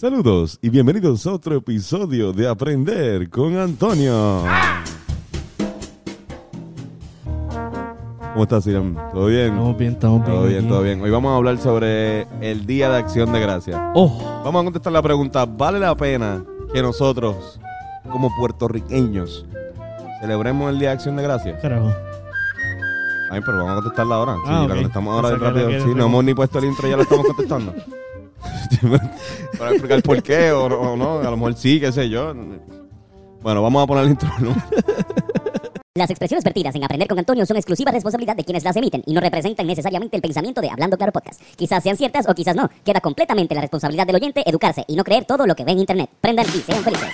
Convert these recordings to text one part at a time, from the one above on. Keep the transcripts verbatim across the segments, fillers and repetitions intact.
Saludos y bienvenidos a otro episodio de Aprender con Antonio. ¿Cómo estás, Irán? ¿Todo bien? Estamos bien, estamos bien. Todo bien, aquí. todo bien. Hoy vamos a hablar sobre el Día de Acción de Gracias. Oh, Vamos a contestar la pregunta, ¿vale la pena que nosotros, como puertorriqueños, celebremos el Día de Acción de Gracias? carajo. Ay, pero vamos a contestarla ahora. Sí, Ah, la ok. contestamos ahora Pensé bien que rápido. era que Sí, era no hemos ni puesto el intro y ya lo estamos contestando. Para explicar por qué o, o no, a lo mejor sí, qué sé yo. Bueno, vamos a poner el intro, ¿no? Las expresiones vertidas en Aprender con Antonio son exclusiva responsabilidad de quienes las emiten y no representan necesariamente el pensamiento de Hablando Claro Podcast. Quizás sean ciertas o quizás no. Queda completamente la responsabilidad del oyente educarse y no creer todo lo que ve en internet. Prendan y sean felices.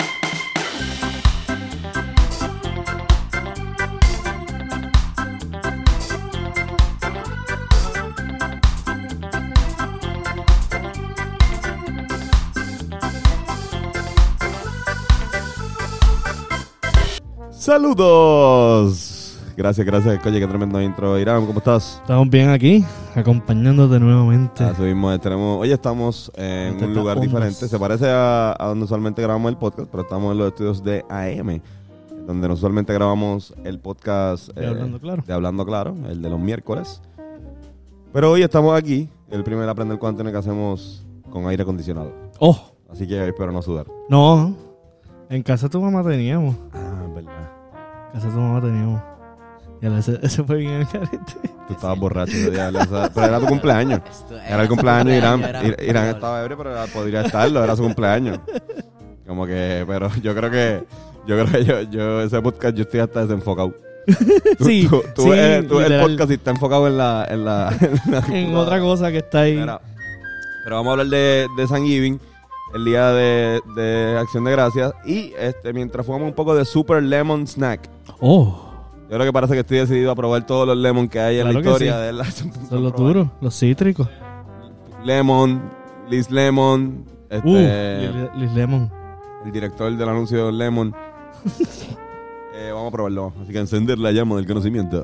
¡Saludos! Gracias, gracias. Oye, qué tremendo intro. Irán, ¿cómo estás? Estamos bien aquí, acompañándote nuevamente. Así mismo, tenemos, hoy estamos en Este un está lugar ondas. diferente. Se parece a, a donde usualmente grabamos el podcast, pero estamos en los estudios de A M, donde usualmente grabamos el podcast De Hablando Claro. de Hablando Claro, el de los miércoles. Pero hoy estamos aquí, el primer Aprender con Antonio que hacemos con aire acondicionado. Oh, Así que espero no sudar. no. En casa de tu mamá teníamos. Ah, verdad. En casa de tu mamá teníamos. Y ahora ese, ese fue bien el carete. Tú estabas borracho ese día, Elsa, pero era tu cumpleaños. Era el cumpleaños de Irán. Ir- Irán estaba ebrio, pero podría estarlo, era su cumpleaños. Como que, pero yo creo que, yo creo que yo, yo ese podcast yo estoy hasta desenfocado. Tú- Sí, tú, tú sí, ves, tú ves el literal. podcast y está enfocado en la, en la, en la En otra cosa que está ahí. Mira, pero vamos a hablar de, de Thanksgiving, el día de, de Acción de Gracias. Y este mientras fumamos un poco de Super Lemon Snack. Oh, Yo creo que parece que estoy decidido a probar todos los lemon que hay en Claro la que historia sí. de la son los duros, los cítricos. Lemon, Liz Lemon, este, Uh, Liz- Liz Lemon. el director del anuncio de Lemon. eh, vamos a probarlo. Así que encender la llama del conocimiento.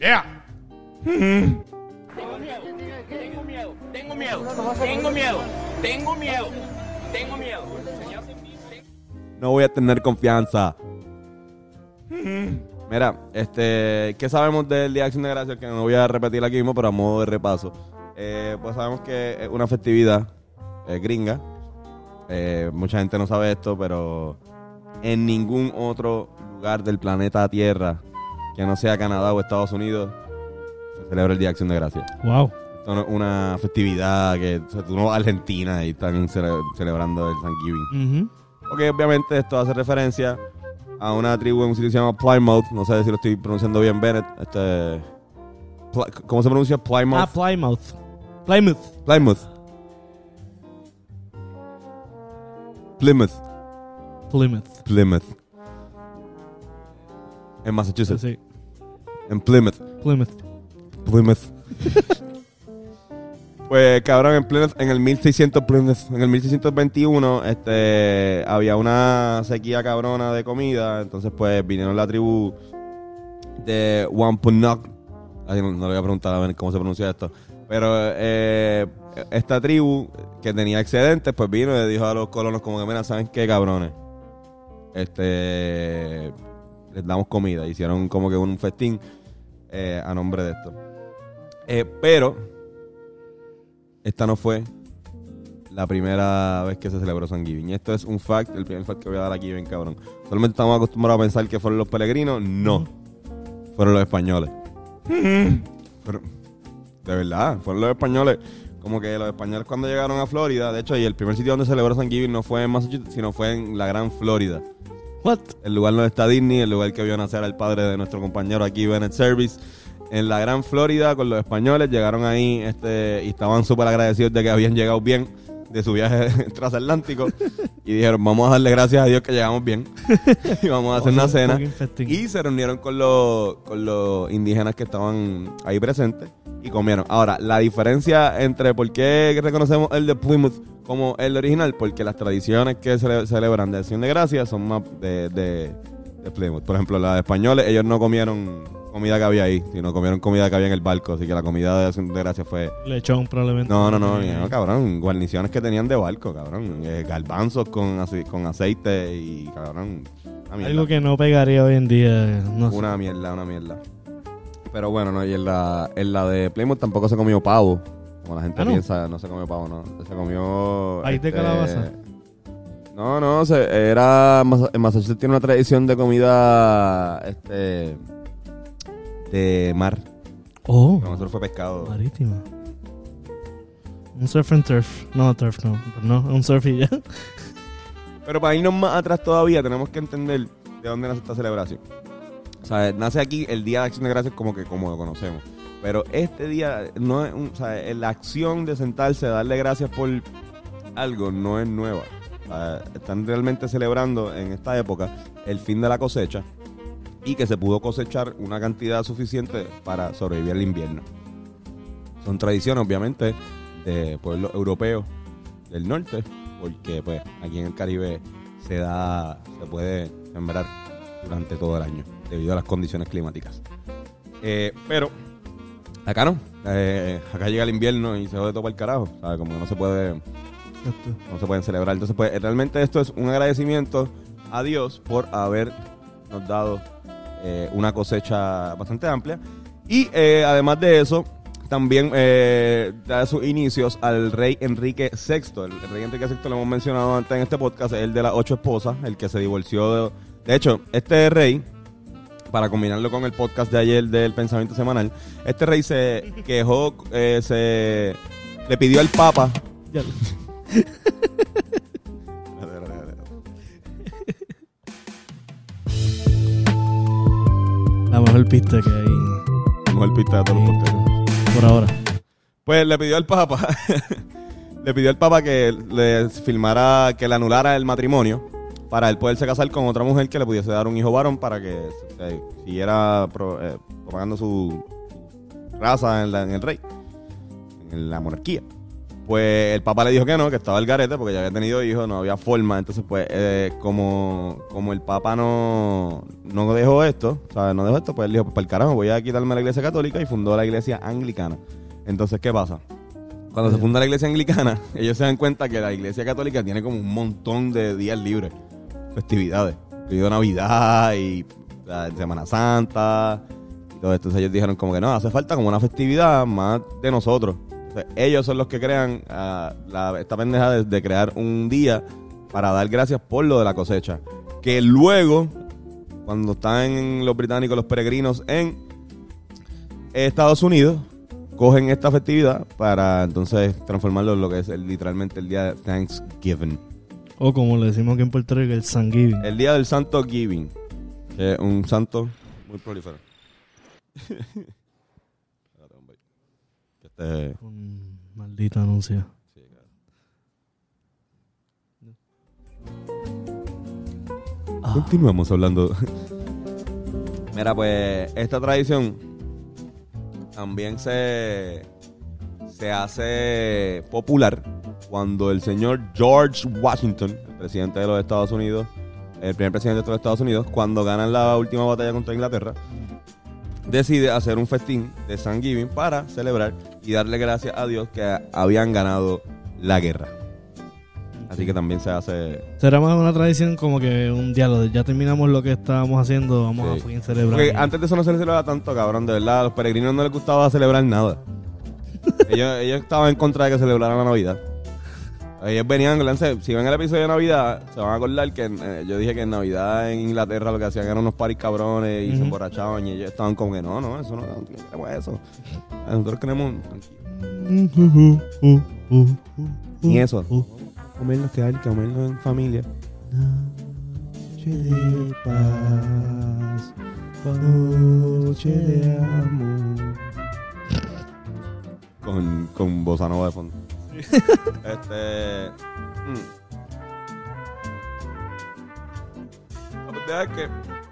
Tengo miedo, tengo miedo, tengo miedo, tengo miedo, tengo miedo. Señor, No voy a tener confianza. Mira, este, ¿qué sabemos del Día de Acción de Gracias? Que no voy a repetir aquí mismo, pero a modo de repaso. Eh, pues sabemos que es una festividad eh, gringa. Eh, mucha gente no sabe esto, pero en ningún otro lugar del planeta Tierra, que no sea Canadá o Estados Unidos, se celebra el Día de Acción de Gracias. Wow. Esto no es una festividad que, o sea, tú no vas a Argentina y están cele- celebrando el Thanksgiving. Ujú. Porque obviamente esto hace referencia a una tribu en un sitio que se llama Plymouth. No sé si lo estoy pronunciando bien, Bennett. Este, Ply- ¿Cómo se pronuncia? Plymouth. Ah, Plymouth. Plymouth. Plymouth. Plymouth. Plymouth. Plymouth. En Massachusetts. Sí, En Plymouth. Plymouth. Plymouth. Pues cabrón, en Plymouth, en el mil seiscientos Plymouth, en el mil seiscientos veintiuno, este, había una sequía cabrona de comida. Entonces pues vinieron la tribu de Wampanoag. Así no, no le voy a preguntar a ver cómo se pronuncia esto. Pero eh, esta tribu que tenía excedentes, pues vino y le dijo a los colonos como que, mira, ¿saben qué, cabrones? Este, les damos comida. Hicieron como que un festín eh, a nombre de esto. Eh, pero esta no fue la primera vez que se celebró Thanksgiving. Esto es un fact, el primer fact que voy a dar aquí, bien cabrón. Solamente estamos acostumbrados a pensar que fueron los peregrinos. No, fueron los españoles. Pero, de verdad, fueron los españoles. Como que los españoles cuando llegaron a Florida, de hecho, y el primer sitio donde se celebró Thanksgiving no fue en Massachusetts, sino fue en la Gran Florida. What? El lugar donde está Disney, el lugar que vio nacer al padre de nuestro compañero aquí, Bennett Service. En la Gran Florida, con los españoles, llegaron ahí este, y estaban súper agradecidos de que habían llegado bien de su viaje transatlántico. Y dijeron, vamos a darle gracias a Dios que llegamos bien. Y vamos a hacer una cena. Fucking festín. Y se reunieron con los, con los indígenas que estaban ahí presentes y comieron. Ahora, la diferencia entre por qué reconocemos el de Plymouth como el original, porque las tradiciones que se celebran de Acción de Gracias son más de, de, de Plymouth. Por ejemplo, las de españoles, ellos no comieron comida que había ahí, sino comieron comida que había en el barco. Así que la comida de Acción de Gracias fue... Lechón probablemente. No, no, no, no, cabrón. Guarniciones que tenían de barco, cabrón. Eh, garbanzos con, ace- con aceite y, cabrón, una mierda. Algo que no pegaría hoy en día. No sé. Una mierda, una mierda. Pero bueno, no, y en la, en la de Plymouth tampoco se comió pavo. Como la gente ¿Ah, no? piensa, no se comió pavo, no. Se comió... ¿País de calabaza? No, no, se, era... En Massachusetts tiene una tradición de comida... Este... De mar. Oh, Para nosotros fue pescado. marítima. Un surf and turf. No, turf no. No, un surf y ya. Pero para irnos más atrás todavía, tenemos que entender de dónde nace esta celebración. O sea, nace aquí el Día de Acción de Gracias como que como lo conocemos. Pero este día, no es un, o sea, la acción de sentarse, darle gracias por algo, no es nueva. O sea, están realmente celebrando en esta época el fin de la cosecha y que se pudo cosechar una cantidad suficiente para sobrevivir al invierno. Son tradiciones, obviamente, de pueblos europeos del norte, porque pues aquí en el Caribe se da, se puede sembrar durante todo el año debido a las condiciones climáticas. Eh, pero acá no, eh, acá llega el invierno y se jode todo para el carajo, ¿sabes? Como que no se puede, Exacto. no se pueden celebrar. Entonces, pues realmente esto es un agradecimiento a Dios por habernos dado eh, una cosecha bastante amplia. Y eh, además de eso, también eh, da sus inicios al rey Enrique sexto. El, el rey Enrique sexto lo hemos mencionado antes en este podcast, es el de las ocho esposas, el que se divorció. De, de hecho, este rey, para combinarlo con el podcast de ayer del Pensamiento Semanal, este rey se quejó, eh, se le pidió al Papa. Ya lo- La mejor pista que hay. Mejor pista de todos los podcasts. Por ahora. Pues le pidió al Papa, le pidió al Papa que le filmara, que le anulara el matrimonio para él poderse casar con otra mujer que le pudiese dar un hijo varón para que eh, siguiera pro, eh, propagando su raza en, la, en el rey, en la monarquía. Pues el Papa le dijo que no, que estaba el garete porque ya había tenido hijos, no había forma. Entonces, pues, eh, como, como el Papa no, no dejó esto, ¿sabes? No dejó esto, pues él dijo, pues para el carajo, voy a quitarme la iglesia católica y fundó la iglesia anglicana. Entonces, ¿qué pasa? Cuando se funda la iglesia anglicana, ellos se dan cuenta que la iglesia católica tiene como un montón de días libres, festividades, incluido Navidad y uh, Semana Santa y todo esto. Entonces ellos dijeron como que no, hace falta como una festividad más de nosotros. Entonces, ellos son los que crean uh, la, esta pendeja de, de crear un día para dar gracias por lo de la cosecha. Que luego, cuando están los británicos, los peregrinos en Estados Unidos, cogen esta festividad para entonces transformarlo en lo que es el, literalmente el día de Thanksgiving. O como le decimos aquí en Puerto Rico, el Thanksgiving. El día del Santo Giving, que es un santo muy prolífero. este, Un maldito anuncio. sí, claro. Ah. Continuamos hablando. Mira, pues esta tradición también se, se hace popular cuando el señor George Washington, el presidente de los Estados Unidos, el primer presidente de los Estados Unidos, cuando ganan la última batalla contra Inglaterra, decide hacer un festín de Thanksgiving para celebrar y darle gracias a Dios que habían ganado la guerra. Así que también se hace... Será más una tradición como que un diálogo. Ya terminamos lo que estábamos haciendo, vamos Sí. a fucking celebrar. Porque antes de eso no se les celebraba tanto, cabrón, de verdad. A los peregrinos no les gustaba celebrar nada. ellos, ellos estaban en contra de que celebraran la Navidad. Ellos venían, si ven el episodio de Navidad, se van a acordar que eh, yo dije que en Navidad en Inglaterra lo que hacían eran unos paris cabrones y Ujú. se emborrachaban y ellos estaban como que no, no, eso no, no queremos eso. Nosotros queremos ni eso. Comernos, quedar, comernos en familia. Noche de paz, noche de amor. Con, con bossa nova de fondo. este. Mm. La verdad es que.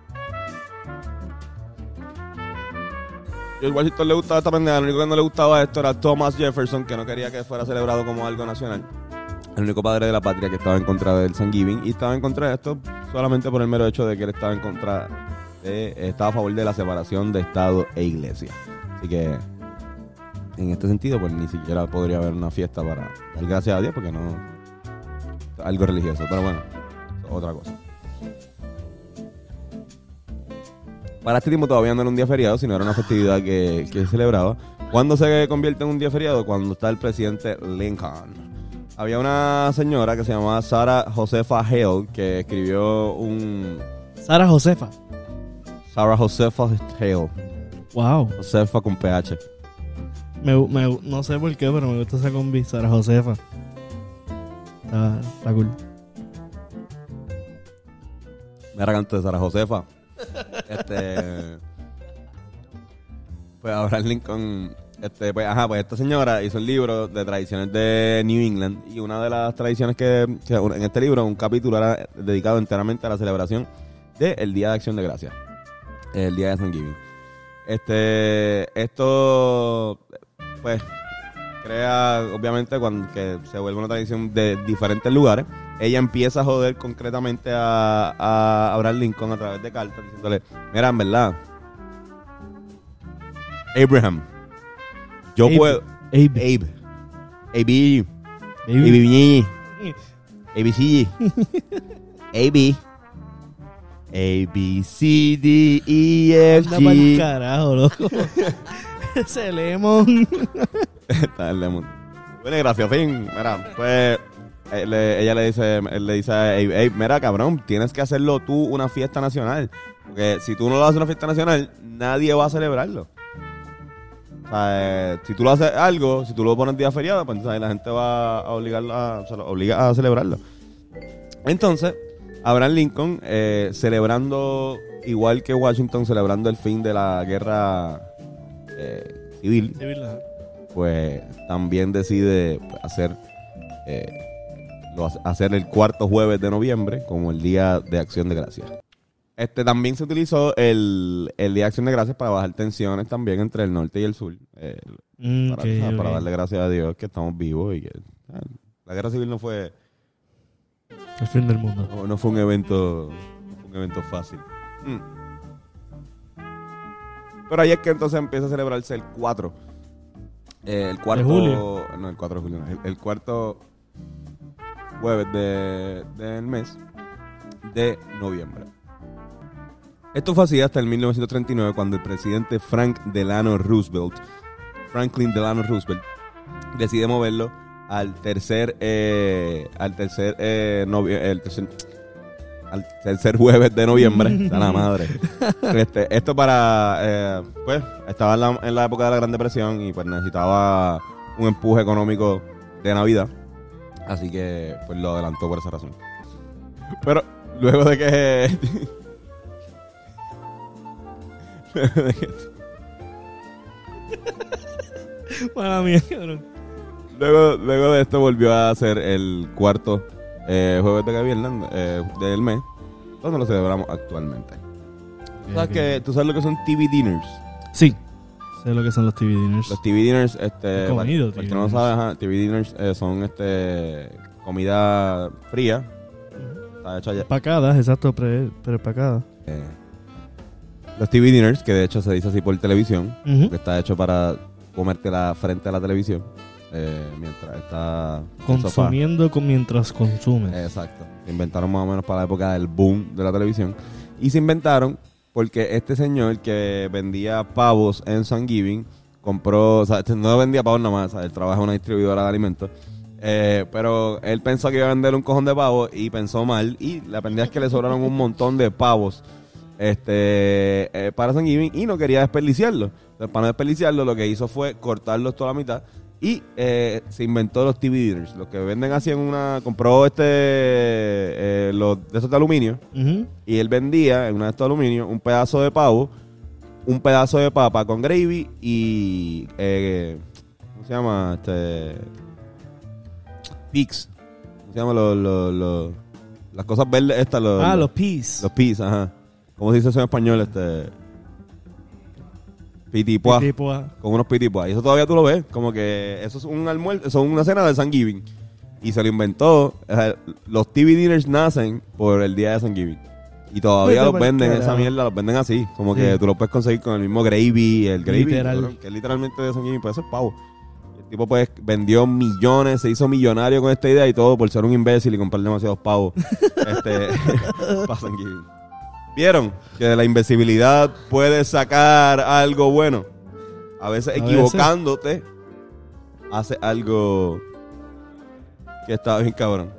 George Washington le gustaba esta pendeja. Lo único que no le gustaba esto era Thomas Jefferson, que no quería que fuera celebrado como algo nacional. El único padre de la patria que estaba en contra del Thanksgiving. Y estaba en contra de esto solamente por el mero hecho de que él estaba en contra de, estaba a favor de la separación de Estado e Iglesia. Así que, en este sentido, pues ni siquiera podría haber una fiesta para dar gracias a Dios, porque no algo religioso. Pero bueno, eso es otra cosa. Para este tiempo todavía no era un día feriado, sino era una festividad que, que se celebraba. ¿Cuándo se convierte en un día feriado? Cuando está el presidente Lincoln. Había una señora que se llamaba Sarah Josefa Hale, que escribió un... Sarah Josefa. Sarah Josefa Hale. Wow. Josefa con P H. Me, me, no sé por qué, pero me gusta esa combi. Sarah Josefa. Está, está cool. Mira, canto de Sarah Josefa. Este... Pues Abraham Lincoln... Este, pues, ajá, pues esta señora hizo el libro de tradiciones de New England, y una de las tradiciones que, que en este libro, un capítulo era dedicado enteramente a la celebración del Día de Acción de Gracias, el Día de Thanksgiving. Este, esto, pues, crea, obviamente, cuando que se vuelve una tradición de diferentes lugares. Ella empieza a joder concretamente a, a Abraham Lincoln a través de cartas, diciéndole, mira, en verdad, Abraham, yo Abe. puedo. Abe. Abe. Abe. Baby. Abe. A B C. A B. A B C D E F Anda pa'l G. carajo, loco. Ese lemon. Está el lemon. Bueno, gracias, fin. Mira, pues él le- ella le dice, él le dice a Abe, Abe, mira, cabrón, tienes que hacerlo tú una fiesta nacional. Porque si tú no lo haces una fiesta nacional, nadie va a celebrarlo. O sea, eh, si tú lo haces algo, si tú lo pones día feriado, pues entonces la gente va a obligar a, se lo obliga a celebrarlo. Entonces, Abraham Lincoln, eh, celebrando, igual que Washington, celebrando el fin de la guerra eh, civil, Sí, ¿verdad? pues también decide hacer, eh, lo, hacer el cuarto jueves de noviembre como el Día de Acción de Gracias. Este también se utilizó el, el Día de Acción de Gracias para bajar tensiones también entre el norte y el sur. eh, Mm, para, ok, o sea, para ok. darle gracias a Dios que estamos vivos y que ah, la guerra civil no fue El fin del mundo. no, no fue un evento no fue un evento fácil. Mm. Pero ahí es que entonces empieza a celebrarse el cuatro. Eh, el cuarto, julio? no, el cuatro de julio, no, el, el cuarto jueves de, del mes de noviembre. Esto fue así hasta el mil novecientos treinta y nueve, cuando el presidente Frank Delano Roosevelt, Franklin Delano Roosevelt, decide moverlo al tercer, eh, al tercer, eh, novie- el tercer, al tercer jueves de noviembre. A la madre. Este, esto para, eh, pues, estaba en la, en la época de la Gran Depresión y pues necesitaba un empuje económico de Navidad. Así que, pues, lo adelantó por esa razón. Pero luego de que Mala mía, cabrón. Luego, luego de esto volvió a ser el cuarto eh, jueves de viernes eh, del mes, donde lo celebramos actualmente. ¿Tú sabes, Ok, que, ¿Tú sabes lo que son T V dinners? Sí. Sé lo que son los T V dinners. Los T V dinners, este, He comido para, para el T V que no lo dinners. sabe, ajá, T V dinners eh, son este comida fría. Está hecha allá. Pacadas, exacto, pre, prepacadas. Eh, los T V dinners, que de hecho se dice así por televisión, Ujú. que está hecho para comértela frente a la televisión eh, mientras está en el sofá. Consumiendo con, mientras consumes. Exacto. Se inventaron más o menos para la época del boom de la televisión. Y se inventaron porque este señor que vendía pavos en Thanksgiving compró, o sea, este no vendía pavos nomás, o sea, él trabaja en una distribuidora de alimentos. Eh, pero él pensó que iba a vender un cojón de pavos y pensó mal. Y la pendeja es que le sobraron un montón de pavos este eh, para Thanksgiving y no quería desperdiciarlo. Entonces, para no desperdiciarlo, lo que hizo fue cortarlos toda la mitad y eh, se inventó los T V dinners, los que venden así en una. Compró este eh, los de esos de aluminio Ujú. y él vendía en una de estos de aluminio un pedazo de pavo, un pedazo de papa con gravy y eh, ¿cómo se llama? Este pigs. ¿Cómo se llama los los- los- las cosas verdes estas? Los, Ah, los, los peas. los peas, ajá. ¿Cómo se dice eso en español? Este pitipuá. Tipo, ah, Con unos pitipuá. Y eso todavía tú lo ves. Como que eso es un almuerzo, eso es una cena de Thanksgiving. Y se lo inventó. O sea, los T V dinners nacen por el día de Thanksgiving. Y todavía Vete los venden, pa'l esa carajo. mierda, los venden así. Como que Sí. tú los puedes conseguir con el mismo gravy, el gravy, Literal. que es literalmente de Thanksgiving, pues eso es pavo. Y el tipo pues vendió millones, se hizo millonario con esta idea y todo por ser un imbécil y comprar demasiados pavos este, para Thanksgiving. ¿Vieron? Que de la invencibilidad puedes sacar algo bueno. A veces A equivocándote, hace algo que está bien cabrón.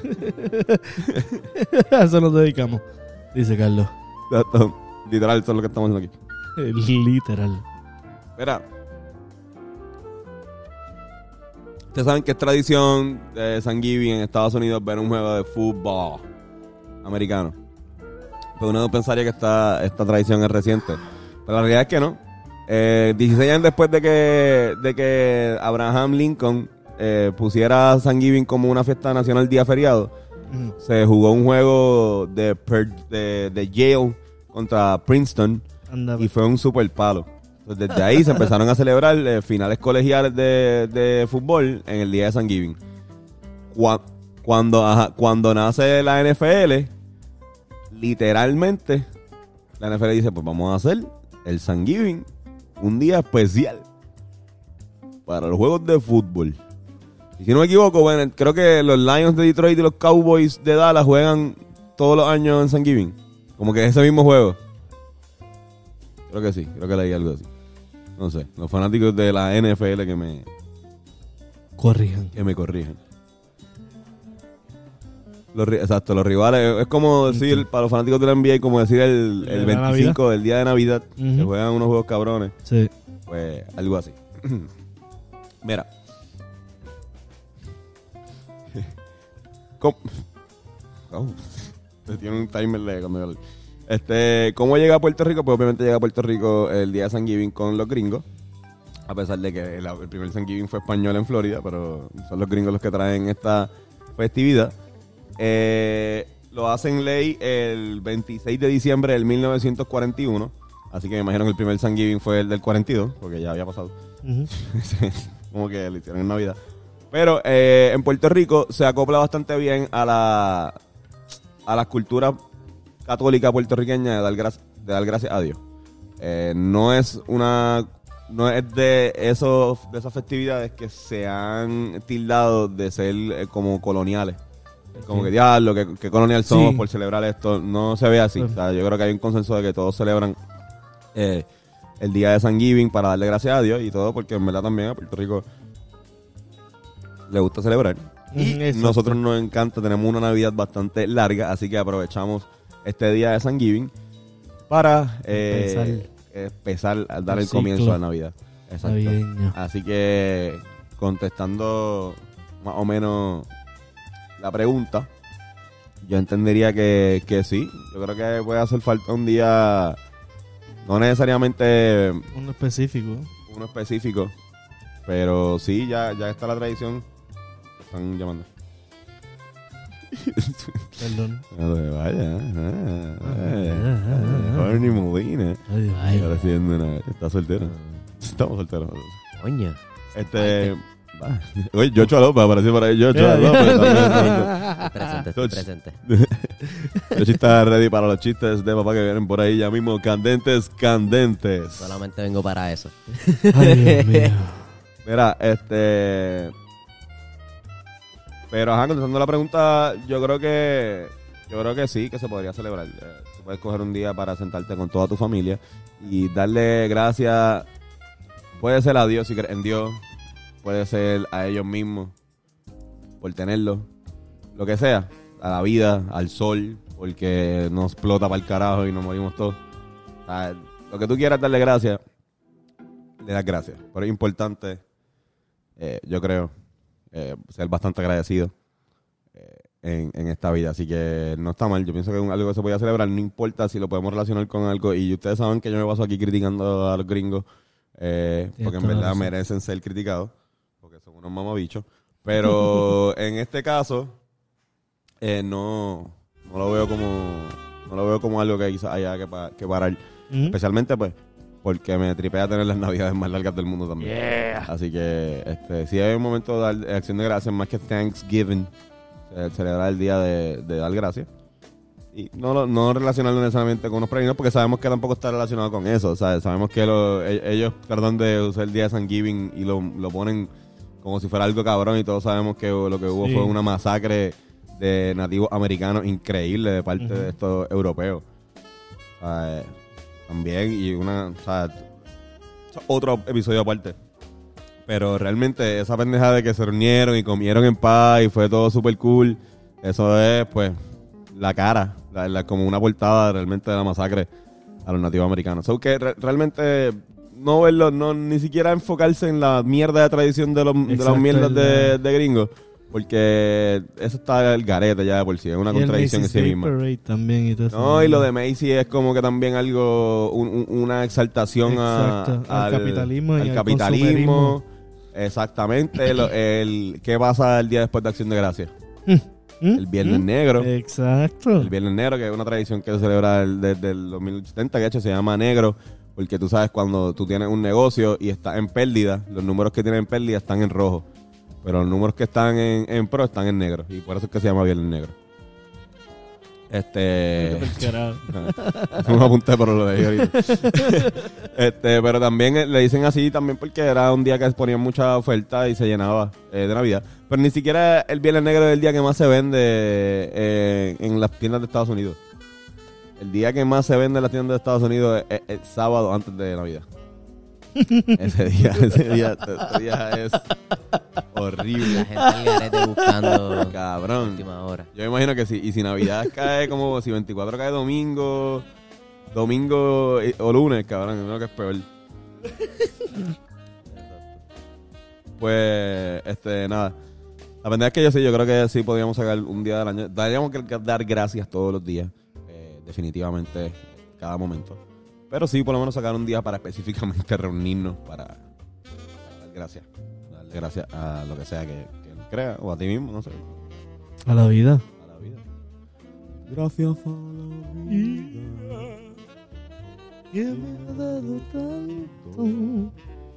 A eso nos dedicamos, dice Carlos. Exacto. Literal, eso es lo que estamos haciendo aquí. Literal. Mira, ustedes saben que es tradición de Thanksgiving en Estados Unidos ver un juego de fútbol americano. Pues uno pensaría que esta, esta tradición es reciente, pero la realidad es que no. Eh, dieciséis años después de que, de que Abraham Lincoln eh, pusiera Thanksgiving como una fiesta nacional día feriado, Mm. se jugó un juego de, per- de, de Yale contra Princeton Anda, y fue un super palo. Entonces, desde ahí se empezaron a celebrar eh, finales colegiales de, de fútbol en el día de Thanksgiving. Cua- Cuando, ajá, cuando nace la N F L, literalmente, la N F L dice, pues vamos a hacer el Thanksgiving un día especial para los juegos de fútbol. Y si no me equivoco, bueno, creo que los Lions de Detroit y los Cowboys de Dallas juegan todos los años en Thanksgiving. Como que es ese mismo juego. Creo que sí, creo que leí algo así. No sé, los fanáticos de la N F L que me, corrijan. que me corrigen. Los, ri- exacto, los rivales. Es como decir, para los fanáticos de la N B A, como decir el, ¿De el la veinticinco del día de Navidad, Ujú. que juegan unos juegos cabrones. Sí. Pues algo así. Mira. ¿Cómo? Oh, tiene un timer de cuando yo- Este, ¿cómo llega a Puerto Rico? Pues obviamente llega a Puerto Rico el día de Thanksgiving con los gringos. A pesar de que el, el primer Thanksgiving fue español en Florida, pero son los gringos los que traen esta festividad. Eh, lo hacen ley el veintiséis de diciembre del mil novecientos cuarenta y uno. Así que me imagino que el primer Thanksgiving fue el del cuarenta y dos, porque ya había pasado. Ujú. Como que lo hicieron en Navidad. Pero eh, en Puerto Rico se acopla bastante bien a la a la cultura católica puertorriqueña de dar, gra- de dar gracias a Dios. Eh, no es una no es de esos de esas festividades que se han tildado de ser eh, como coloniales. Como que diablo, que, que colonial somos Sí. por celebrar esto. No se ve así. Claro. O sea, yo creo que hay un consenso de que todos celebran eh, el día de Thanksgiving para darle gracias a Dios y todo, porque en verdad también a Puerto Rico le gusta celebrar. Y Ujú, exacto. nosotros nos encanta, tenemos una Navidad bastante larga, así que aprovechamos este día de Thanksgiving para eh, empezar a dar el el comienzo ciclo a la Navidad. Exacto. navideño. Así que contestando más o menos la pregunta, yo entendería que, que sí. Yo creo que puede hacer falta un día, no necesariamente Uno específico. uno específico, pero sí, ya, ya está la tradición. Están llamando. Perdón. Vaya, ah, ah, Barney Molina. Ay, Dios mío. Ahora sí, una- está soltero. Estamos solteros. Coño. Este. va. Oye, Yocho López apareció por ahí. Yocho Mira, López mira. también. Estoy presente, estoy presente. Yocho está ready para los chistes de papá que vienen por ahí ya mismo. Candentes, candentes. Solamente vengo para eso. Ay, Dios mío. Mira, este. Pero, ajá, contestando la pregunta, yo creo que. Yo creo que sí, que se podría celebrar. Eh, Tú puedes coger un día para sentarte con toda tu familia y darle gracias. Puede ser a Dios si crees en Dios. Puede ser a ellos mismos por tenerlo. Lo que sea. A la vida, al sol, porque nos explota para el carajo y nos morimos todos. O sea, lo que tú quieras darle gracias, le das gracias. Pero es importante, eh, yo creo, eh, ser bastante agradecido eh, en, en esta vida. Así que no está mal. Yo pienso que es algo que se puede celebrar. No importa si lo podemos relacionar con algo. Y ustedes saben que yo me paso aquí criticando a los gringos. Eh, porque en toda la verdad razón. merecen ser criticados. Porque son unos mamabichos. Pero en este caso, eh, no, no lo veo como no lo veo como algo que quizás haya que, pa- que parar. Ujú. Especialmente pues porque me tripea tener las navidades más largas del mundo también. Así que este sí hay un momento de, dar, de acción de gracias más que Thanksgiving, eh, celebrar el día de, de dar gracias. y no, lo- no relacionarlo necesariamente con unos peregrinos, porque sabemos que tampoco está relacionado con eso. O sea, sabemos que lo- e- ellos tratan de usar el día de Thanksgiving y lo, lo ponen como si fuera algo cabrón, y todos sabemos que lo que hubo Sí. fue una masacre de nativos americanos increíble de parte Ujú. de estos europeos. O sea, eh, también, y una, o sea, otro episodio aparte. Pero realmente esa pendeja de que se reunieron y comieron en paz y fue todo súper cool, eso es pues la cara, la, la- como una portada realmente de la masacre a los nativos americanos. So que re- realmente no verlo, no ni siquiera enfocarse en la mierda de tradición de los, de las Exacto, mierdas el- de, de gringos, porque eso está el garete ya de por sí, es una Y el contradicción en Macy's sí Day misma. Parade también y todo eso. No, y lo de Macy es como que también algo, un- un- una exaltación a- Exacto, al capitalismo y al al capitalismo. consumerismo. Exactamente, lo- el, ¿qué pasa el día después de Acción de Gracias? ¿Mm? El Viernes ¿Mm? Negro. Exacto. El Viernes Negro, que es una tradición que se celebra el- desde el dos mil setenta, que de hecho se llama negro, porque tú sabes, cuando tú tienes un negocio y estás en pérdida, los números que tienen en pérdida están en rojo, pero los números que están en, en pro están en negro, y por eso es que se llama Viernes Negro. Este... Carajo. No me apunté, pero lo dejé ahorita. este, pero también eh, le dicen así también porque era un día que ponían mucha oferta y se llenaba eh, de Navidad. Pero ni siquiera el Viernes Negro es el día que más se vende eh, en las tiendas de Estados Unidos. El día que más se vende en las tiendas de Estados Unidos es el sábado antes de Navidad. Ese día, ese día, ese día es horrible. La gente al garete buscando Cabrón. última hora. Yo me imagino que si, y si Navidad cae como, si veinticuatro cae domingo, domingo y- o lunes, cabrón, yo creo que es peor. Pues, este, nada. La verdad es que yo sí, yo creo que sí podríamos sacar un día del año. Daríamos que dar gracias todos los días, eh, definitivamente, cada momento. Pero sí, por lo menos sacar un día para específicamente reunirnos para, para dar gracias. Darle gracias a lo que sea que, que nos crea, o a ti mismo, no sé. A la vida. A la vida. Gracias a la vida. Que me ha dado tanto.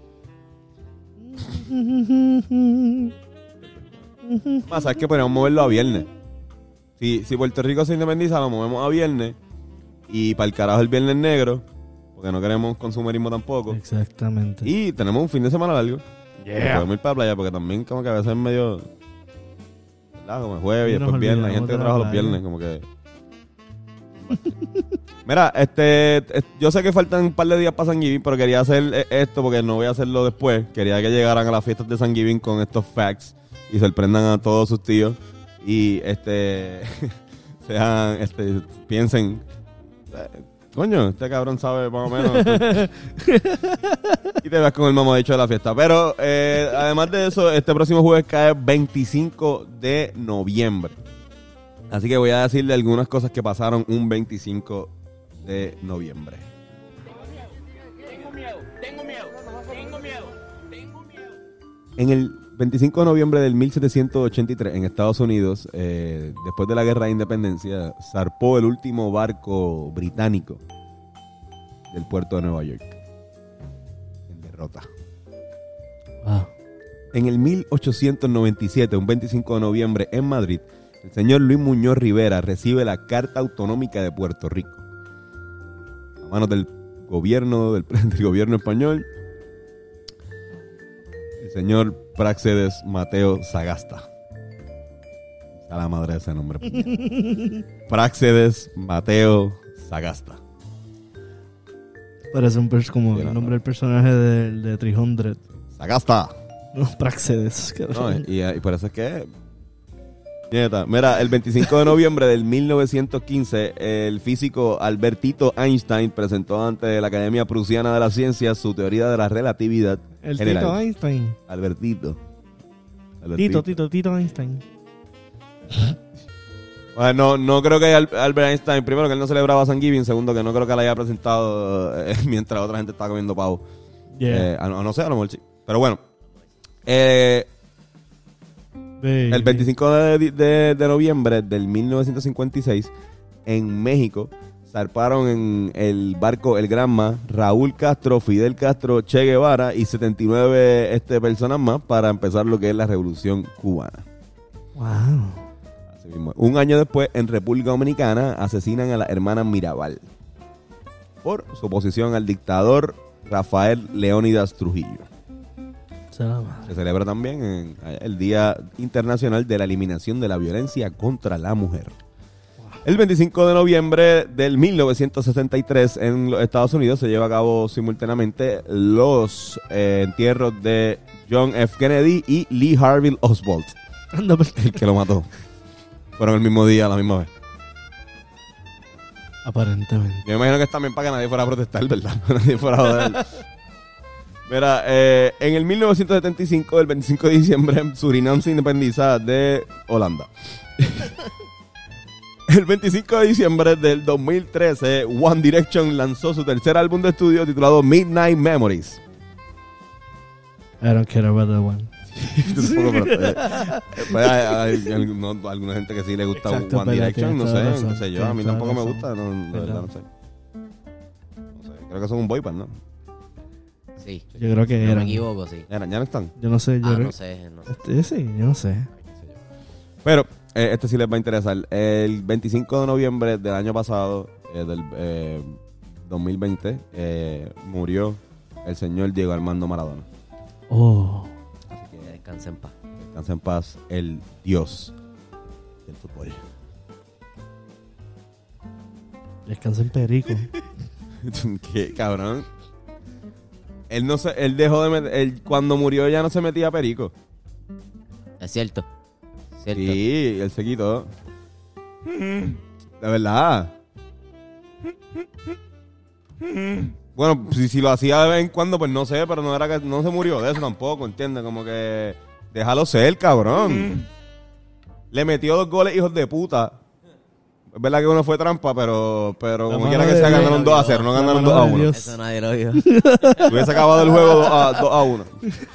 Más, ¿sabes qué? Podríamos moverlo a viernes. Si, si Puerto Rico se independiza, lo movemos a viernes. Y para el carajo el viernes negro, porque no queremos consumerismo tampoco. Exactamente. Y tenemos un fin de semana largo. Podemos ir para la playa, porque también como que a veces es medio... ¿verdad? Como el jueves y Y nos después viernes. Hay olvidamos gente que de la trabaja los playa. viernes, como que... Mira, este, es- yo sé que faltan un par de días para San Giving, pero quería hacer eh, esto porque no voy a hacerlo después. Quería que llegaran a las fiestas de San Giving con estos facts y sorprendan a todos sus tíos y este sean, este, piensen, eh, coño, este cabrón sabe más o menos. Y te vas con el mamadicho de la fiesta. Pero eh, además de eso, este próximo jueves cae veinticinco de noviembre. Así que voy a decirle algunas cosas que pasaron un veinticinco de noviembre. Tengo miedo, tengo miedo, tengo miedo, tengo miedo. En el veinticinco de noviembre del mil setecientos ochenta y tres, en Estados Unidos, eh, después de la Guerra de Independencia, zarpó el último barco británico del puerto de Nueva York. En derrota. Wow. En el mil ochocientos noventa y siete, un veinticinco de noviembre, en Madrid, el señor Luis Muñoz Rivera recibe la Carta Autonómica de Puerto Rico a manos del gobierno del, del gobierno español, el señor Práxedes Mateo Sagasta. A la madre de ese nombre. Práxedes Mateo Sagasta. Parece un pers como Sí, el no, nombre no. del personaje de, de trescientos. Sagasta. No, Praxedes. No, cabrón. y, y por eso es que... Nieta. Mira, el veinticinco de noviembre del mil novecientos quince, el físico Albertito Einstein presentó ante la Academia Prusiana de las Ciencias su teoría de la relatividad El general. Tito Einstein. Albertito. Albertito. Tito, Tito, Tito Einstein. Bueno, no, no creo que Al- Albert Einstein, primero que él no celebraba San Giving, segundo que no creo que la haya presentado eh, mientras otra gente estaba comiendo pavo. Yeah. Eh, a- no, no sé, a lo mejor sí. Pero bueno. Eh, Baby. El veinticinco de, de- de noviembre del mil novecientos cincuenta y seis, en México, zarparon en el barco El Granma Raúl Castro, Fidel Castro, Che Guevara y setenta y nueve este, personas más para empezar lo que es la Revolución Cubana. Wow. Así mismo. Un año después, en República Dominicana, asesinan a la hermana Mirabal por su oposición al dictador Rafael Leónidas Trujillo. Se la madre. Se celebra también en, el Día Internacional de la Eliminación de la Violencia contra la Mujer. El veinticinco de noviembre del mil novecientos sesenta y tres en los Estados Unidos se lleva a cabo simultáneamente los eh, entierros de John F. Kennedy y Lee Harvey Oswald, Anda, pues. el que lo mató. Fueron el mismo día, a la misma vez. Aparentemente. Yo me imagino que es también para que nadie fuera a protestar, ¿verdad? Nadie fuera a joder. Mira, eh, en el mil novecientos setenta y cinco, el veinticinco de diciembre, Surinam se independiza de Holanda. El veinticinco de diciembre del dos mil trece, One Direction lanzó su tercer álbum de estudio titulado Midnight Memories. I don't care about that one. Tampoco, pero, eh, pues, hay, hay, hay, no, alguna gente que sí le gusta Exacto, One pero Direction, no tienes toda sé, razón, no sé yo, a mí tienes tampoco me toda gusta, no, de verdad no sé. No sé, creo que son un boy band, ¿no? Sí. Yo creo que No me eran. equivoco, sí. ¿Eran? ¿Ya no están? Yo no sé, yo Ah, creo. no sé, no sé. Este, sí, yo no sé. Pero eh, este sí les va a interesar. El veinticinco de noviembre del año pasado, eh, del eh, dos mil veinte, eh, murió el señor Diego Armando Maradona. Oh. Que descanse en paz. Descansa en paz, el dios del fútbol. Descansa en perico. Qué cabrón. Él no se, él dejó de meter, él, cuando murió ya no se metía perico. Es cierto. Cierto. Sí, él se quitó. De verdad. Bueno, si, si lo hacía de vez en cuando, pues no sé, pero no era que no se murió de eso tampoco, ¿entiendes? Como que déjalo ser, cabrón. Le metió dos goles, hijos de puta. Es verdad que uno fue trampa, pero, pero La como mano quiera que de sea, Dios. ganaron dos a cero, no La ganaron mano dos a de uno. Dios. Eso nadie lo vio. Hubiese acabado el juego dos a, dos a uno.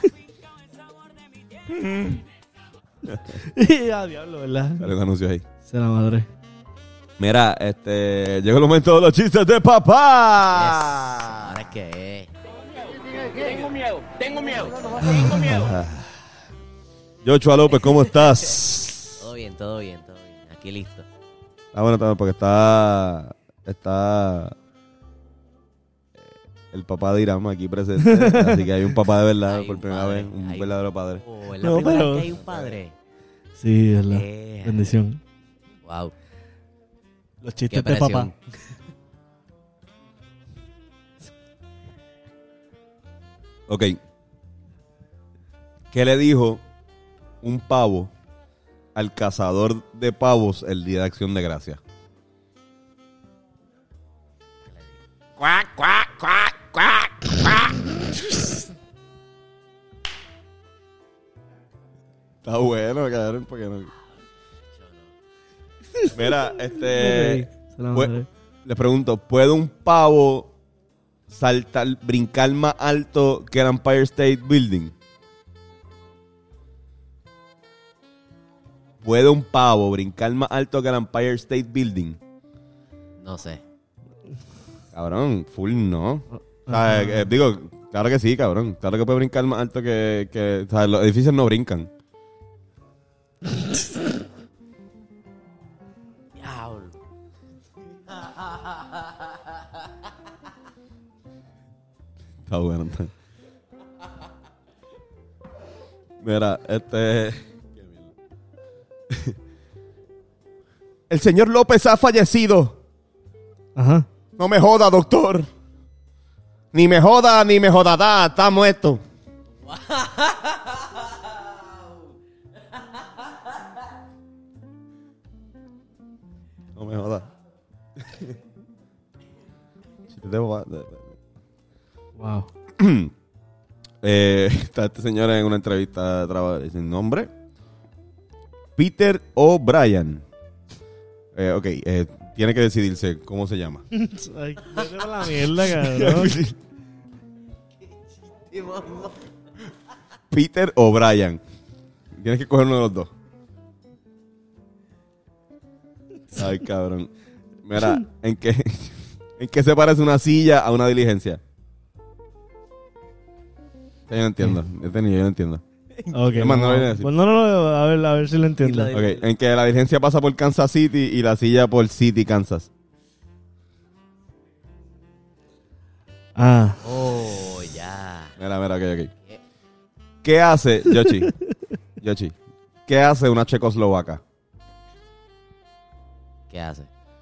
Ah, diablo, ¿verdad? Sale un anuncio ahí. Se la madre. Mira, este, llegó el momento de los chistes de papá. Ahora es que Tengo miedo, tengo miedo, tengo miedo. Joshua López, ¿cómo estás? todo bien, todo bien, todo bien. Aquí listo. Ah, bueno, también porque está, está eh, el papá de Irán aquí presente, así que hay un papá de verdad Hay por un primera padre, vez, un hay- verdadero padre. Oh, es la No, primera pero- vez que hay un padre. Sí, es la Eh, bendición. Wow. Los Qué chistes de papá. presión. Ok. ¿Qué le dijo un pavo al cazador de pavos el día de Acción de Gracias? Cuac, cuac, cuac, cuac, cuac. Está bueno, cabrón, porque no. Mira, este. Se la pues, madre. les pregunto, ¿puede un pavo saltar, brincar más alto que el Empire State Building? ¿Puede un pavo brincar más alto que el Empire State Building? No sé. Cabrón, full no. O sea, eh, eh, digo, claro que sí, cabrón. Claro que puede brincar más alto que... que o sea, los edificios no brincan. Diablo. Está bueno. Está. Mira, este... El señor López ha fallecido. Ajá. No me joda, doctor. Ni me joda, ni me jodada. Está muerto. No me joda. Si te debo... de- de- Wow. Eh, está este señor en una entrevista de trabajo. Dice, nombre. Peter O'Brien. Eh, ok, eh, tiene que decidirse cómo se llama. Ay, vete pa' la mierda, cabrón. Peter O'Brien. Tienes que coger uno de los dos. Ay, cabrón. Mira, ¿en qué, ¿en qué se parece una silla a una diligencia? Yo no entiendo. Este niño yo no entiendo. Ok, ¿Qué más no no, viene a decir? pues no, no, no, a ver, a ver si lo entiendo. Y la- Ok, en que la diligencia pasa por Kansas City y la silla por City, Kansas. Ah, Oh, ya. Mira, mira, ok, ok. ¿Qué hace, Yoshi? Yoshi, ¿qué hace una checoslovaca? ¿Qué hace?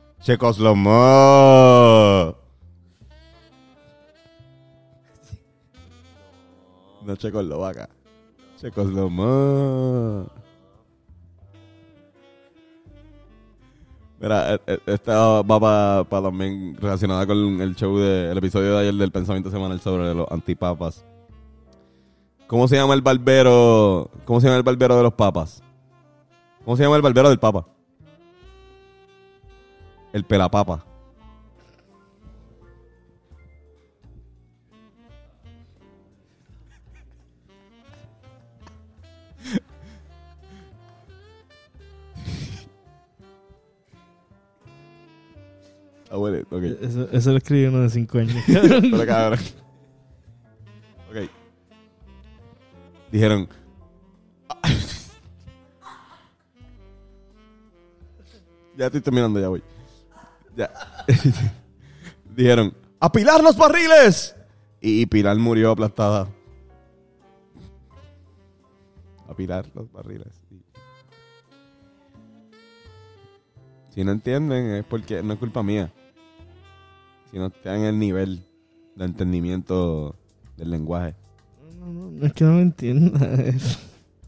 Checoslomo. No checoslovaca. Checoslomo. Mira, eh, eh, esta va para también relacionada con el show de, el episodio de ayer del pensamiento semanal sobre los antipapas. ¿Cómo se llama el barbero? ¿Cómo se llama el barbero de los papas? ¿Cómo se llama el barbero del papa? El pelapapa. Ah, bueno, ok. eso, eso lo escribió uno de cinco años. Pero cabrón. Ok. Dijeron. Ya estoy terminando, ya voy. Ya. Dijeron, ¡apilar los barriles! Y Pilar murió aplastada. Apilar los barriles. Si no entienden es porque no es culpa mía. Si no están en el nivel de entendimiento del lenguaje. No, no, no es que no lo entienda eso.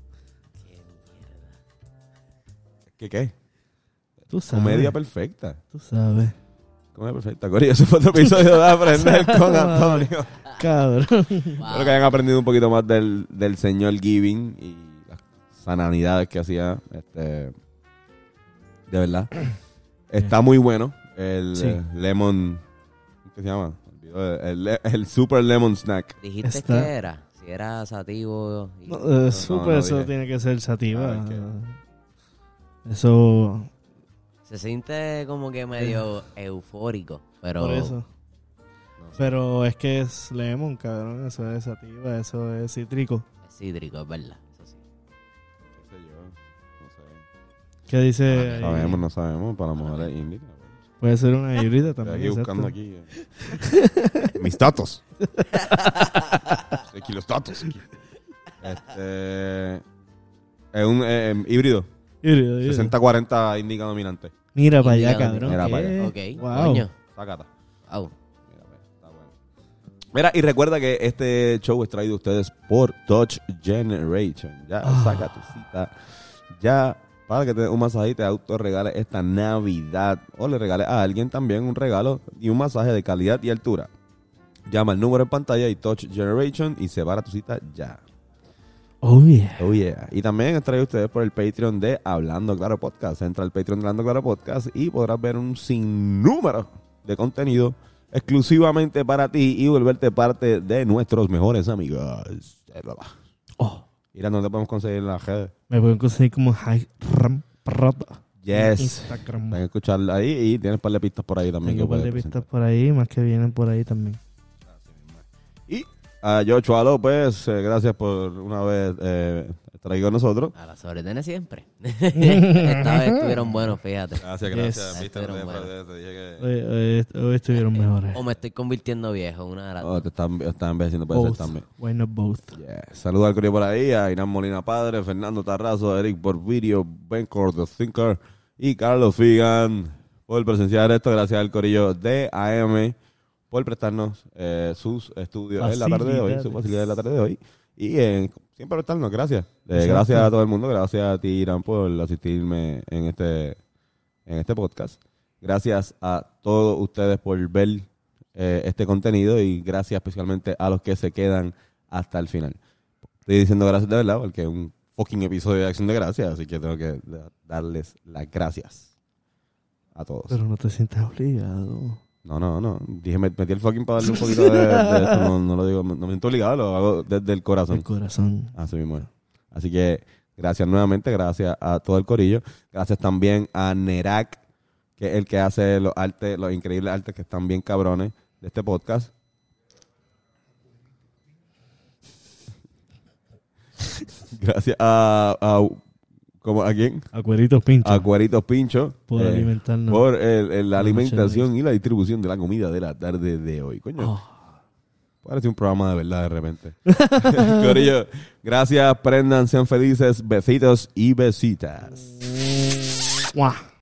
¿Qué qué? Tú sabes. Comedia perfecta. Tú sabes. Comedia perfecta. Corillo, ese fue otro episodio de Aprender con Antonio. Cabrón. Espero que hayan aprendido un poquito más del, del señor Giving y las sananidades que hacía. Este, de verdad. Está muy bueno. El Sí. eh, Lemon... ¿Qué se llama? El, el, el Super Lemon Snack. ¿Dijiste Está- qué era? Si era sativo. Y... No, eh, no, super, no eso dije. tiene que ser sativa. Ah, Eso, Se siente como que medio eufórico, pero... por eso. No sé, Pero es que es lemon, cabrón. Eso es sativa, eso es cítrico. es cítrico, es verdad. Eso sí. ¿Qué sé yo? No sé. ¿Qué dice? No ahí? sabemos, no sabemos. Para lo mejor es indie. Puede ser una híbrida Estoy también. aquí exacto. buscando aquí. eh. Mis datos. Aquí los datos. Este... Es un eh, eh, híbrido. Híbrido, híbrido. sesenta cuarenta indica dominante. Mira para allá, Indica- cabrón. Mira ¿qué? para allá. Ok, Wow. coño. Sácata. Wow. Mira, ve, está bueno. Mira, y recuerda que este show es traído a ustedes por Touch Generation. Ya Ah. saca tu cita. Ya para que te dé un masaje y te autorregales esta Navidad. O le regales a alguien también un regalo y un masaje de calidad y altura. Llama al número en pantalla y Touch Generation y se va a tu cita ya. Oh, yeah. Oh yeah. Y también es traído a ustedes por el Patreon de Hablando Claro Podcast. Entra al Patreon de Hablando Claro Podcast y podrás ver un sinnúmero de contenido exclusivamente para ti y volverte parte de nuestros mejores amigos. Oh, Mira, ¿dónde podemos conseguir la redes? me pueden conseguir como High Ram Prata. Yes. Instagram. Pueden escucharla ahí y tienes un par de pistas por ahí también. Tengo un que par de puedes pistas presentar. por ahí, más que vienen por ahí también. Y a Joshua López, eh, gracias por una vez eh, estar aquí con nosotros. A las órdenes siempre. Esta vez estuvieron buenos, fíjate. Gracias, Yes. gracias. Viste, Pero no te bueno. defraudé, te dije que... Hoy, hoy- hoy estuvieron mejores. O me estoy convirtiendo viejo, una de las Oh, dos. te están, están envejeciendo, puede ser Both. también. Why not both? Yeah. Saludos al corillo por ahí, a Irán Molina Padre, Fernando Tarrazo, Eric Porfirio, Bencor, The Thinker y Carlos Figan por presenciar esto. Gracias al corillo de A M por prestarnos eh, sus estudios en la tarde de hoy, sus facilidades en la tarde de hoy. Y eh, siempre prestarnos, gracias. Eh, Exacto. gracias a todo el mundo, gracias a ti, Irán, por asistirme en este, en este podcast. Gracias a todos ustedes por ver eh, este contenido y gracias especialmente a los que se quedan hasta el final. Estoy diciendo gracias de verdad porque es un fucking episodio de Acción de Gracias, así que tengo que darles las gracias a todos. Pero no te sientes obligado. No, no, no. Dije, me- metí el fucking para darle un poquito de, de esto. No, no lo digo, no me siento obligado, lo hago desde el corazón. El corazón. Así mismo es. Así que gracias nuevamente, gracias a todo el corillo. Gracias también a Nerak, que es el que hace los artes, los increíbles artes que están bien cabrones de este podcast. Gracias a, a ¿cómo, ¿a quién? A Cueritos Pincho. A Cueritos Pincho. Por eh, alimentarnos. Por el, el- la Noche de alimentación y la distribución de la comida de la tarde de hoy. Coño. Oh. Parece un programa de verdad de repente. Corillo, gracias, prendan, sean felices, besitos y besitas. Guau.